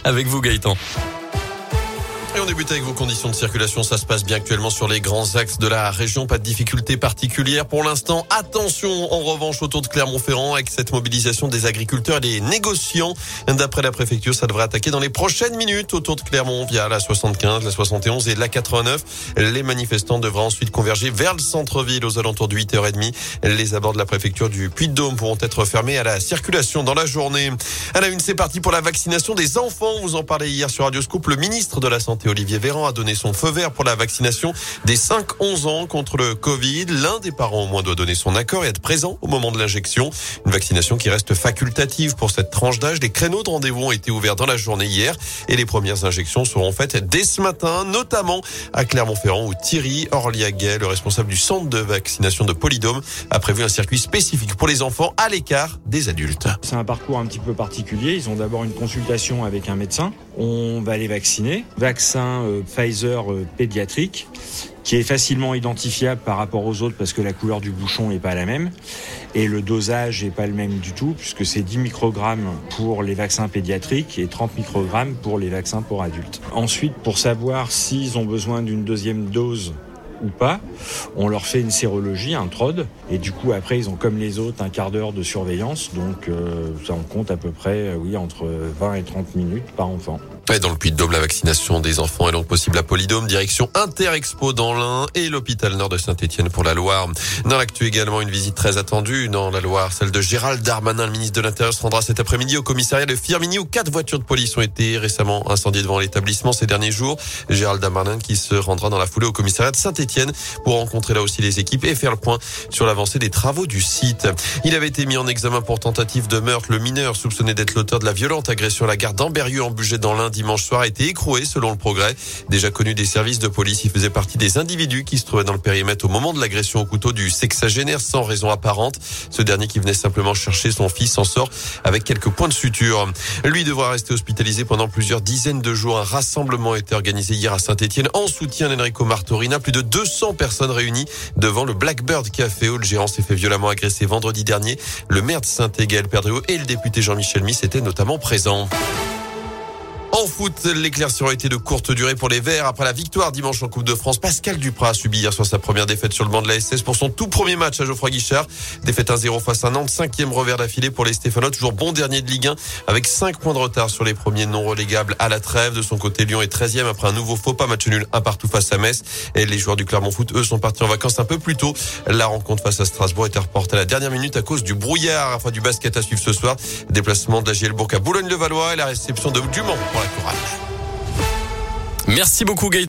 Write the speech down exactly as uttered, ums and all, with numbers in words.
avec vous Gaëtan. Et on débute avec vos conditions de circulation. Ça se passe bien actuellement sur les grands axes de la région. Pas de difficultés particulières pour l'instant. Attention en revanche autour de Clermont-Ferrand avec cette mobilisation des agriculteurs et des négociants. D'après la préfecture, ça devrait attaquer dans les prochaines minutes autour de Clermont via la soixante-quinze, la soixante et onze et la quatre-vingt-neuf. Les manifestants devraient ensuite converger vers le centre-ville aux alentours de huit heures trente. Les abords de la préfecture du Puy-de-Dôme pourront être fermés à la circulation dans la journée. À la une, c'est parti pour la vaccination des enfants. Vous en parlez hier sur Radio Scoop. Le ministre de la Santé Olivier Véran a donné son feu vert pour la vaccination des cinq à onze ans contre le Covid. L'un des parents au moins doit donner son accord et être présent au moment de l'injection. Une vaccination qui reste facultative pour cette tranche d'âge. Les créneaux de rendez-vous ont été ouverts dans la journée hier et les premières injections seront faites dès ce matin, notamment à Clermont-Ferrand où Thierry Orliaguet, le responsable du centre de vaccination de Polydôme, a prévu un circuit spécifique pour les enfants à l'écart des adultes. C'est un parcours un petit peu particulier. Ils ont d'abord une consultation avec un médecin. On va les vacciner. Vaccin euh, Pfizer euh, pédiatrique qui est facilement identifiable par rapport aux autres parce que la couleur du bouchon n'est pas la même et le dosage n'est pas le même du tout puisque c'est dix microgrammes pour les vaccins pédiatriques et trente microgrammes pour les vaccins pour adultes. Ensuite, pour savoir s'ils ont besoin d'une deuxième dose ou pas, on leur fait une sérologie, un T R O D, et du coup après ils ont comme les autres un quart d'heure de surveillance, donc euh, ça en compte à peu près euh, oui entre vingt et trente minutes par enfant. Et dans le Puy-de-Dôme, la vaccination des enfants est donc possible à Polydôme, direction Interexpo dans l'Ain et l'hôpital Nord de Saint-Étienne pour la Loire. Dans l'actu également, une visite très attendue dans la Loire, celle de Gérald Darmanin, le ministre de l'Intérieur, se rendra cet après-midi au commissariat de Firminy où quatre voitures de police ont été récemment incendiées devant l'établissement ces derniers jours. Gérald Darmanin qui se rendra dans la foulée au commissariat de Saint-Étienne pour rencontrer là aussi les équipes et faire le point sur l'avancée des travaux du site. Il avait été mis en examen pour tentative de meurtre. Le mineur soupçonné d'être l'auteur de la violente agression à la gare d'Ambérieu en Bugey dans l'Ain dimanche soir a été écroué selon le Progrès. Déjà connu des services de police, il faisait partie des individus qui se trouvaient dans le périmètre au moment de l'agression au couteau du sexagénaire sans raison apparente. Ce dernier qui venait simplement chercher son fils s'en sort avec quelques points de suture. Lui devra rester hospitalisé pendant plusieurs dizaines de jours. Un rassemblement a été organisé hier à Saint-Étienne en soutien d'Enrico Martorina. Plus de deux cents personnes réunies devant le Blackbird Café où le gérant s'est fait violemment agresser vendredi dernier. Le maire de Saint-Égal, Perdriau, et le député Jean-Michel Miss étaient notamment présents. En foot, l'éclaircie aura été de courte durée pour les Verts. Après la victoire dimanche en Coupe de France, Pascal Duprat a subi hier soir sa première défaite sur le banc de la S S pour son tout premier match à Geoffroy Guichard. Défaite un zéro face à Nantes, cinquième revers d'affilée pour les Stéphanois, toujours bon dernier de Ligue un avec cinq points de retard sur les premiers non relégables à la trêve. De son côté, Lyon est treizième après un nouveau faux pas, match nul un partout face à Metz. Et les joueurs du Clermont Foot, eux, sont partis en vacances un peu plus tôt. La rencontre face à Strasbourg était reportée à la dernière minute à cause du brouillard. Enfin, du basket à suivre ce soir. Déplacement de la G L Bourg à Boulogne-le-Valois et la réception de Dumont pour la chorale. Merci beaucoup Gaëtan.